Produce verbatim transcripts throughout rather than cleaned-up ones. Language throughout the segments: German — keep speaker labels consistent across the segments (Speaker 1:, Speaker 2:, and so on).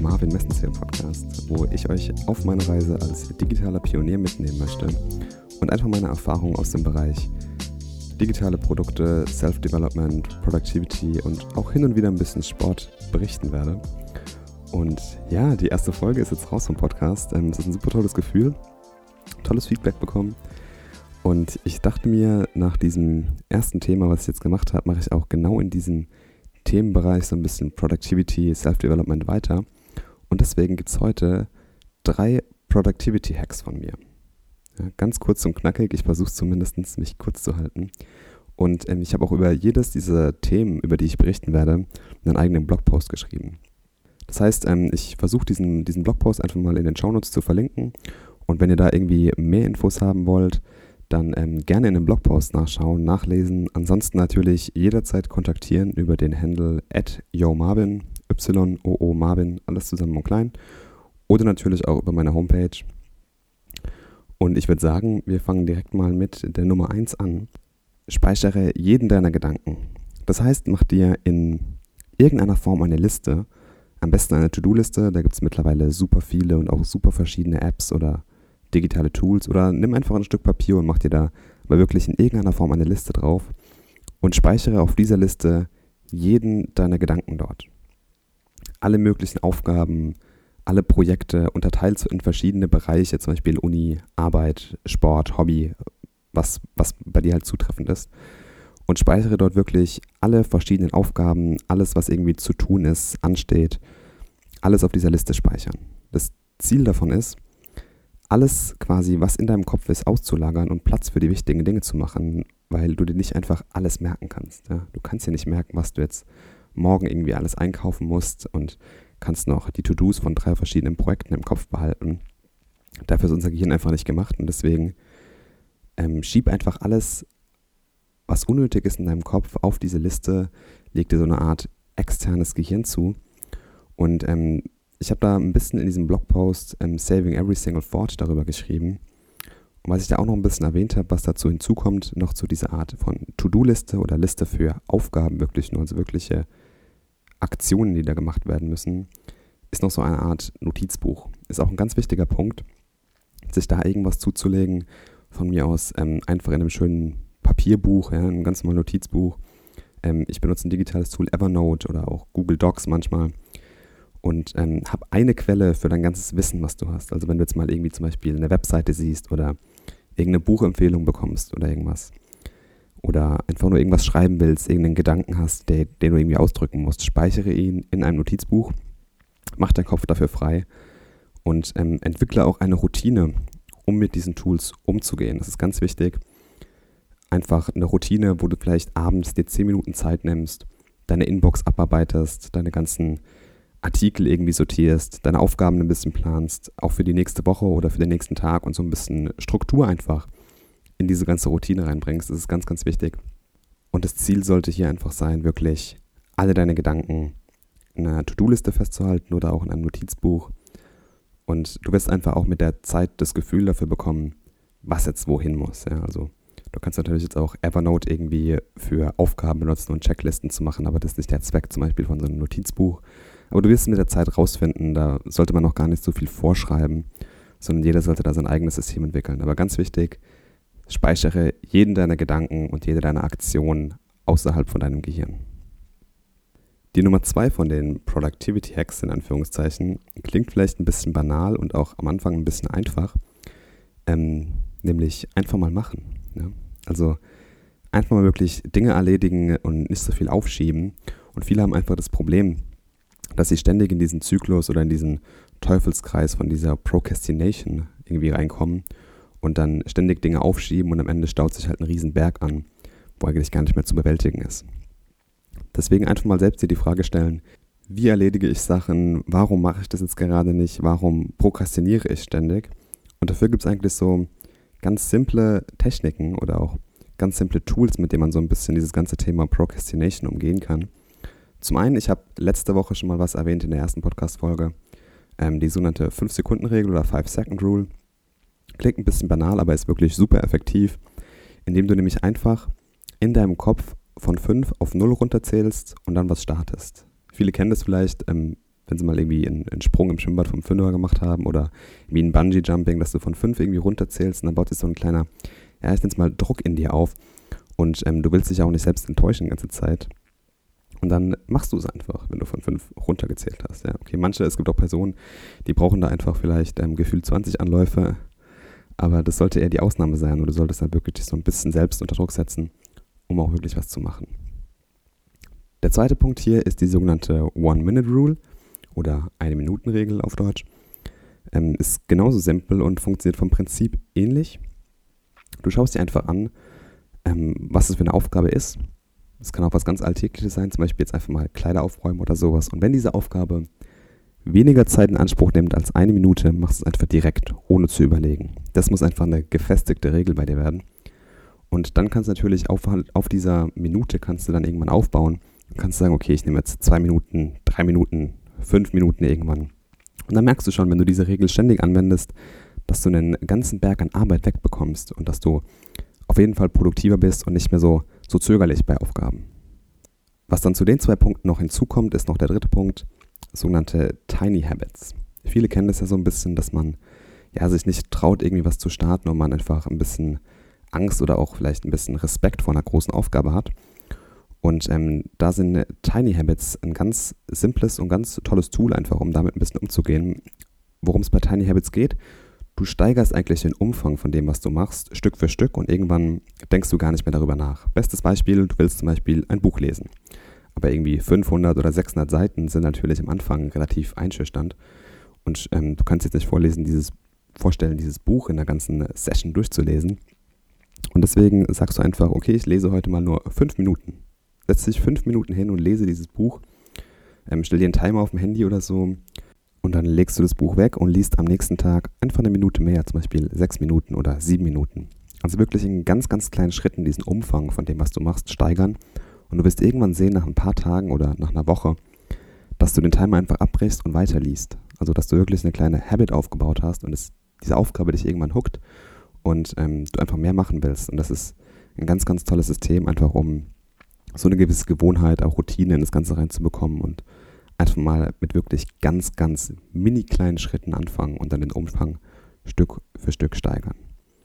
Speaker 1: Marvin Messenzähl Podcast, wo ich euch auf meine Reise als digitaler Pionier mitnehmen möchte und einfach meine Erfahrungen aus dem Bereich digitale Produkte, Self-Development, Productivity und auch hin und wieder ein bisschen Sport berichten werde. Und ja, die erste Folge ist jetzt raus vom Podcast. Es ist ein super tolles Gefühl, tolles Feedback bekommen. Und ich dachte mir, nach diesem ersten Thema, was ich jetzt gemacht habe, mache ich auch genau in diesem Themenbereich so ein bisschen Productivity, Self-Development weiter. Und deswegen gibt es heute drei Productivity-Hacks von mir. Ja, ganz kurz und knackig, ich versuche zumindest, mich kurz zu halten. Und ähm, ich habe auch über jedes dieser Themen, über die ich berichten werde, einen eigenen Blogpost geschrieben. Das heißt, ähm, ich versuche diesen, diesen Blogpost einfach mal in den Shownotes zu verlinken. Und wenn ihr da irgendwie mehr Infos haben wollt, dann ähm, gerne in den Blogpost nachschauen, nachlesen. Ansonsten natürlich jederzeit kontaktieren über den Handle at yomarvin, Y O O Marvin, alles zusammen und klein. Oder natürlich auch über meine Homepage. Und ich würde sagen, wir fangen direkt mal mit der Nummer eins an. Speichere jeden deiner Gedanken. Das heißt, mach dir in irgendeiner Form eine Liste, am besten eine To-Do-Liste, da gibt es mittlerweile super viele und auch super verschiedene Apps oder digitale Tools, oder nimm einfach ein Stück Papier und mach dir da aber wirklich in irgendeiner Form eine Liste drauf und speichere auf dieser Liste jeden deiner Gedanken dort. Alle möglichen Aufgaben, alle Projekte unterteilst du in verschiedene Bereiche, zum Beispiel Uni, Arbeit, Sport, Hobby, was, was bei dir halt zutreffend ist. Und speichere dort wirklich alle verschiedenen Aufgaben, alles, was irgendwie zu tun ist, ansteht, alles auf dieser Liste speichern. Das Ziel davon ist, alles quasi, was in deinem Kopf ist, auszulagern und Platz für die wichtigen Dinge zu machen, weil du dir nicht einfach alles merken kannst. Ja? Du kannst dir nicht merken, was du jetzt morgen irgendwie alles einkaufen musst und kannst noch die To-Dos von drei verschiedenen Projekten im Kopf behalten. Dafür ist unser Gehirn einfach nicht gemacht und deswegen ähm, schieb einfach alles, was unnötig ist in deinem Kopf, auf diese Liste, leg dir so eine Art externes Gehirn zu. Und ähm, ich habe da ein bisschen in diesem Blogpost ähm, Saving Every Single Thought darüber geschrieben. Und was ich da auch noch ein bisschen erwähnt habe, was dazu hinzukommt, noch zu dieser Art von To-Do-Liste oder Liste für Aufgaben wirklich nur, also wirkliche Aktionen, die da gemacht werden müssen, ist noch so eine Art Notizbuch. Ist auch ein ganz wichtiger Punkt, sich da irgendwas zuzulegen, von mir aus ähm, einfach in einem schönen Papierbuch, ja, ein ganz normales Notizbuch. Ähm, ich benutze ein digitales Tool, Evernote oder auch Google Docs manchmal und ähm, habe eine Quelle für dein ganzes Wissen, was du hast. Also wenn du jetzt mal irgendwie zum Beispiel eine Webseite siehst oder irgendeine Buchempfehlung bekommst oder irgendwas oder einfach nur irgendwas schreiben willst, irgendeinen Gedanken hast, der, den du irgendwie ausdrücken musst, speichere ihn in einem Notizbuch, mach deinen Kopf dafür frei und ähm, entwickle auch eine Routine, um mit diesen Tools umzugehen. Das ist ganz wichtig. Einfach eine Routine, wo du vielleicht abends dir zehn Minuten Zeit nimmst, deine Inbox abarbeitest, deine ganzen Artikel irgendwie sortierst, deine Aufgaben ein bisschen planst, auch für die nächste Woche oder für den nächsten Tag und so ein bisschen Struktur einfach in diese ganze Routine reinbringst. Das ist ganz, ganz wichtig. Und das Ziel sollte hier einfach sein, wirklich alle deine Gedanken in einer To-Do-Liste festzuhalten oder auch in einem Notizbuch. Und du wirst einfach auch mit der Zeit das Gefühl dafür bekommen, was jetzt wohin muss. Ja, also du kannst natürlich jetzt auch Evernote irgendwie für Aufgaben benutzen und Checklisten zu machen, aber das ist nicht der Zweck zum Beispiel von so einem Notizbuch. Aber du wirst mit der Zeit rausfinden, da sollte man noch gar nicht so viel vorschreiben, sondern jeder sollte da sein eigenes System entwickeln. Aber ganz wichtig, speichere jeden deiner Gedanken und jede deiner Aktionen außerhalb von deinem Gehirn. Die Nummer zwei von den Productivity Hacks in Anführungszeichen klingt vielleicht ein bisschen banal und auch am Anfang ein bisschen einfach, ähm, nämlich einfach mal machen. Ja? Also einfach mal wirklich Dinge erledigen und nicht so viel aufschieben. Und viele haben einfach das Problem, dass sie ständig in diesen Zyklus oder in diesen Teufelskreis von dieser Procrastination irgendwie reinkommen und dann ständig Dinge aufschieben und am Ende staut sich halt ein Riesenberg an, wo eigentlich gar nicht mehr zu bewältigen ist. Deswegen einfach mal selbst dir die Frage stellen, wie erledige ich Sachen, warum mache ich das jetzt gerade nicht, warum prokrastiniere ich ständig? Und dafür gibt es eigentlich so ganz simple Techniken oder auch ganz simple Tools, mit denen man so ein bisschen dieses ganze Thema Procrastination umgehen kann. Zum einen, ich habe letzte Woche schon mal was erwähnt in der ersten Podcast-Folge, ähm, die sogenannte fünf Sekunden Regel oder five second Rule. Klingt ein bisschen banal, aber ist wirklich super effektiv, indem du nämlich einfach in deinem Kopf von fünf auf null runterzählst und dann was startest. Viele kennen das vielleicht, ähm, wenn sie mal irgendwie einen, einen Sprung im Schwimmbad vom Fünfer gemacht haben oder wie ein Bungee-Jumping, dass du von fünf irgendwie runterzählst und dann baut sich so ein kleiner, ja, ich nenne es mal Druck in dir auf und ähm, du willst dich auch nicht selbst enttäuschen die ganze Zeit. Und dann machst du es einfach, wenn du von fünf runtergezählt hast. Ja, okay, manche, es gibt auch Personen, die brauchen da einfach vielleicht ähm, gefühlt zwanzig Anläufe, aber das sollte eher die Ausnahme sein und du solltest dann wirklich dich so ein bisschen selbst unter Druck setzen, um auch wirklich was zu machen. Der zweite Punkt hier ist die sogenannte One-Minute-Rule oder Eine-Minuten-Regel auf Deutsch. Ähm, ist genauso simpel und funktioniert vom Prinzip ähnlich. Du schaust dir einfach an, ähm, was es für eine Aufgabe ist. Es kann auch was ganz Alltägliches sein, zum Beispiel jetzt einfach mal Kleider aufräumen oder sowas. Und wenn diese Aufgabe weniger Zeit in Anspruch nimmt als eine Minute, machst du es einfach direkt, ohne zu überlegen. Das muss einfach eine gefestigte Regel bei dir werden. Und dann kannst du natürlich auf, auf dieser Minute kannst du dann irgendwann aufbauen. Du kannst sagen, okay, ich nehme jetzt zwei Minuten, drei Minuten, fünf Minuten irgendwann. Und dann merkst du schon, wenn du diese Regel ständig anwendest, dass du einen ganzen Berg an Arbeit wegbekommst und dass du auf jeden Fall produktiver bist und nicht mehr so, so zögerlich bei Aufgaben. Was dann zu den zwei Punkten noch hinzukommt, ist noch der dritte Punkt, sogenannte Tiny Habits. Viele kennen das ja so ein bisschen, dass man ja, sich nicht traut, irgendwie was zu starten und man einfach ein bisschen Angst oder auch vielleicht ein bisschen Respekt vor einer großen Aufgabe hat. Und ähm, da sind Tiny Habits ein ganz simples und ganz tolles Tool einfach, um damit ein bisschen umzugehen. Worum es bei Tiny Habits geht, du steigerst eigentlich den Umfang von dem, was du machst, Stück für Stück und irgendwann denkst du gar nicht mehr darüber nach. Bestes Beispiel, du willst zum Beispiel ein Buch lesen. Aber irgendwie fünfhundert oder sechshundert Seiten sind natürlich am Anfang relativ einschüchternd. Und ähm, du kannst jetzt nicht vorlesen, dieses, vorstellen, dieses Buch in der ganzen Session durchzulesen. Und deswegen sagst du einfach, okay, ich lese heute mal nur fünf Minuten. Setz dich fünf Minuten hin und lese dieses Buch. Ähm, stell dir einen Timer auf dem Handy oder so. Und dann legst du das Buch weg und liest am nächsten Tag einfach eine Minute mehr, zum Beispiel sechs Minuten oder sieben Minuten. Also wirklich in ganz, ganz kleinen Schritten diesen Umfang von dem, was du machst, steigern. Und du wirst irgendwann sehen, nach ein paar Tagen oder nach einer Woche, dass du den Timer einfach abbrichst und weiterliest. Also dass du wirklich eine kleine Habit aufgebaut hast und es, diese Aufgabe dich irgendwann hookt und ähm, du einfach mehr machen willst. Und das ist ein ganz, ganz tolles System, einfach um so eine gewisse Gewohnheit, auch Routine in das Ganze reinzubekommen und einfach mal mit wirklich ganz, ganz mini kleinen Schritten anfangen und dann den Umfang Stück für Stück steigern.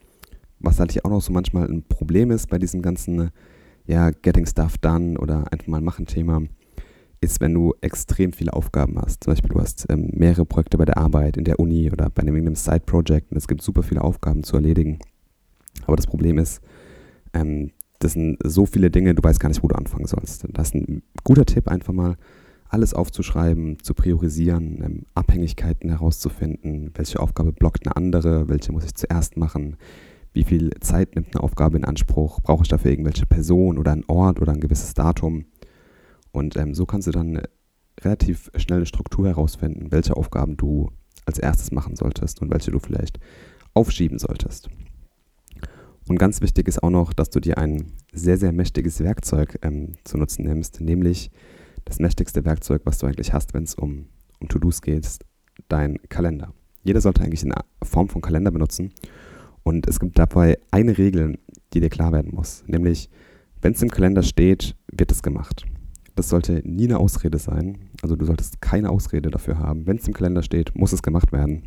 Speaker 1: Was halt hier auch noch so manchmal ein Problem ist bei diesem ganzen, ja, Getting Stuff Done oder einfach mal machen Thema, ist, wenn du extrem viele Aufgaben hast. Zum Beispiel, du hast ähm, mehrere Projekte bei der Arbeit, in der Uni oder bei einem, einem Side-Project und es gibt super viele Aufgaben zu erledigen. Aber das Problem ist, ähm, das sind so viele Dinge, du weißt gar nicht, wo du anfangen sollst. Das ist ein guter Tipp, einfach mal alles aufzuschreiben, zu priorisieren, ähm, Abhängigkeiten herauszufinden, welche Aufgabe blockt eine andere, welche muss ich zuerst machen, wie viel Zeit nimmt eine Aufgabe in Anspruch, brauche ich dafür irgendwelche Person oder einen Ort oder ein gewisses Datum. Und ähm, so kannst du dann relativ schnell eine Struktur herausfinden, welche Aufgaben du als erstes machen solltest und welche du vielleicht aufschieben solltest. Und ganz wichtig ist auch noch, dass du dir ein sehr, sehr mächtiges Werkzeug ähm, zu nutzen nimmst, nämlich das mächtigste Werkzeug, was du eigentlich hast, wenn es um, um To-Dos geht, ist dein Kalender. Jeder sollte eigentlich eine Form von Kalender benutzen und es gibt dabei eine Regel, die dir klar werden muss, nämlich wenn es im Kalender steht, wird es gemacht. Das sollte nie eine Ausrede sein, also du solltest keine Ausrede dafür haben. Wenn es im Kalender steht, muss es gemacht werden.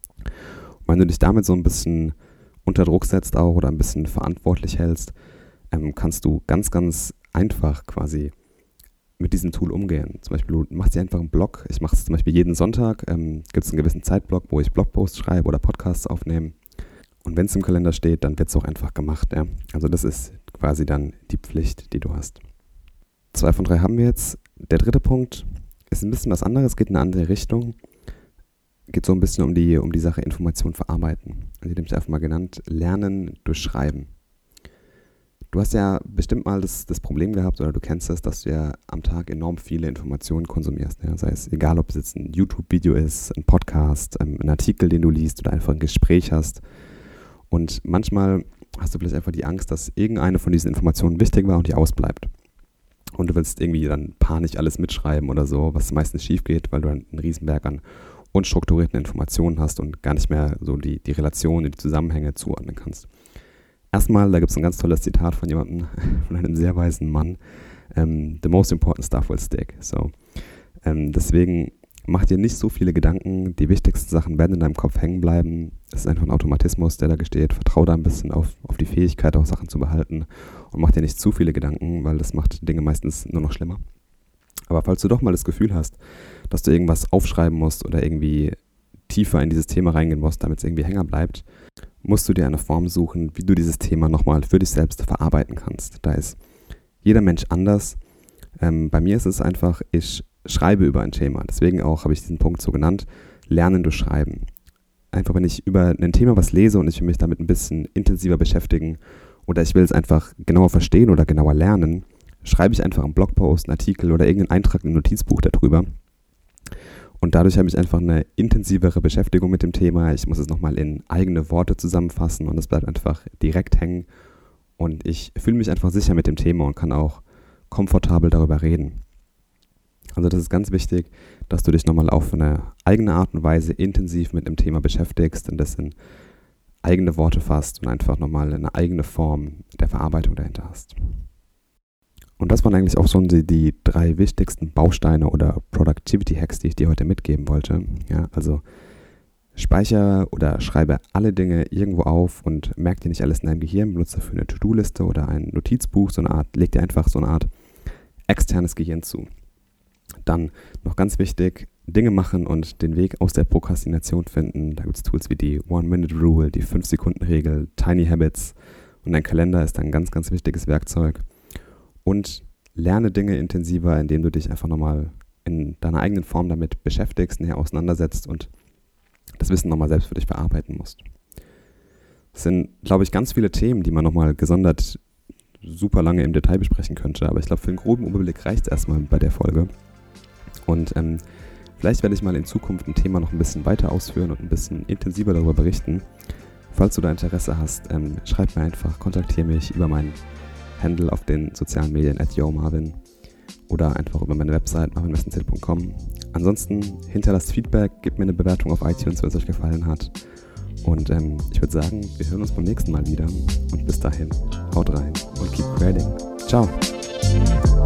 Speaker 1: Und wenn du dich damit so ein bisschen unter Druck setzt auch oder ein bisschen verantwortlich hältst, ähm, kannst du ganz, ganz einfach quasi mit diesem Tool umgehen. Zum Beispiel, du machst dir einfach einen Blog. Ich mache es zum Beispiel jeden Sonntag, ähm, gibt es einen gewissen Zeitblock, wo ich Blogposts schreibe oder Podcasts aufnehme. Und wenn es im Kalender steht, dann wird es auch einfach gemacht. Ja? Also das ist quasi dann die Pflicht, die du hast. Zwei von drei haben wir jetzt. Der dritte Punkt ist ein bisschen was anderes, geht in eine andere Richtung. Geht so ein bisschen um die, um die Sache Information verarbeiten. Also ich habe es einfach mal genannt, Lernen durch Schreiben. Du hast ja bestimmt mal das, das Problem gehabt, oder du kennst das, dass du ja am Tag enorm viele Informationen konsumierst. Ja? Sei es egal, ob es jetzt ein YouTube-Video ist, ein Podcast, ein Artikel, den du liest oder einfach ein Gespräch hast. Und manchmal hast du vielleicht einfach die Angst, dass irgendeine von diesen Informationen wichtig war und die ausbleibt. Und du willst irgendwie dann panisch alles mitschreiben oder so, was meistens schief geht, weil du einen Riesenberg an unstrukturierten Informationen hast und gar nicht mehr so die, die Relationen, die Zusammenhänge zuordnen kannst. Erstmal, da gibt es ein ganz tolles Zitat von jemandem, von einem sehr weisen Mann. Um, The most important stuff will stick. So, um, deswegen mach dir nicht so viele Gedanken, die wichtigsten Sachen werden in deinem Kopf hängen bleiben. Es ist einfach ein Automatismus, der da gesteht. Vertrau da ein bisschen auf, auf die Fähigkeit, auch Sachen zu behalten und mach dir nicht zu viele Gedanken, weil das macht Dinge meistens nur noch schlimmer. Aber falls du doch mal das Gefühl hast, dass du irgendwas aufschreiben musst oder irgendwie tiefer in dieses Thema reingehen musst, damit es irgendwie hängen bleibt, musst du dir eine Form suchen, wie du dieses Thema nochmal für dich selbst verarbeiten kannst. Da ist jeder Mensch anders. Ähm, bei mir ist es einfach, ich schreibe über ein Thema. Deswegen auch habe ich diesen Punkt so genannt, lernen durch Schreiben. Einfach, wenn ich über ein Thema was lese und ich will mich damit ein bisschen intensiver beschäftigen oder ich will es einfach genauer verstehen oder genauer lernen, schreibe ich einfach einen Blogpost, einen Artikel oder irgendeinen Eintrag im Notizbuch darüber. Und dadurch habe ich einfach eine intensivere Beschäftigung mit dem Thema. Ich muss es nochmal in eigene Worte zusammenfassen und es bleibt einfach direkt hängen. Und ich fühle mich einfach sicher mit dem Thema und kann auch komfortabel darüber reden. Also das ist ganz wichtig, dass du dich nochmal auf eine eigene Art und Weise intensiv mit dem Thema beschäftigst und das in eigene Worte fasst und einfach nochmal eine eigene Form der Verarbeitung dahinter hast. Und das waren eigentlich auch schon die, die drei wichtigsten Bausteine oder Productivity-Hacks, die ich dir heute mitgeben wollte. Ja, also speichere oder schreibe alle Dinge irgendwo auf und merk dir nicht alles in deinem Gehirn, benutze dafür eine To-Do-Liste oder ein Notizbuch, so eine Art, leg dir einfach so eine Art externes Gehirn zu. Dann noch ganz wichtig, Dinge machen und den Weg aus der Prokrastination finden. Da gibt es Tools wie die One-Minute-Rule, die fünf Sekunden Regel, Tiny Habits und ein Kalender ist ein ganz, ganz wichtiges Werkzeug. Und lerne Dinge intensiver, indem du dich einfach nochmal in deiner eigenen Form damit beschäftigst, näher auseinandersetzt und das Wissen nochmal selbst für dich verarbeiten musst. Das sind, glaube ich, ganz viele Themen, die man nochmal gesondert super lange im Detail besprechen könnte, aber ich glaube, für einen groben Überblick reicht es erstmal bei der Folge. Und ähm, vielleicht werde ich mal in Zukunft ein Thema noch ein bisschen weiter ausführen und ein bisschen intensiver darüber berichten. Falls du da Interesse hast, ähm, schreib mir einfach, kontaktiere mich über meinen Handle auf den sozialen Medien at yomarvin oder einfach über meine Website marvin messenzähl punkt com. Ansonsten hinterlasst Feedback, gebt mir eine Bewertung auf iTunes, wenn es euch gefallen hat. Und ähm, ich würde sagen, wir hören uns beim nächsten Mal wieder. Und bis dahin, haut rein und keep creating. Ciao!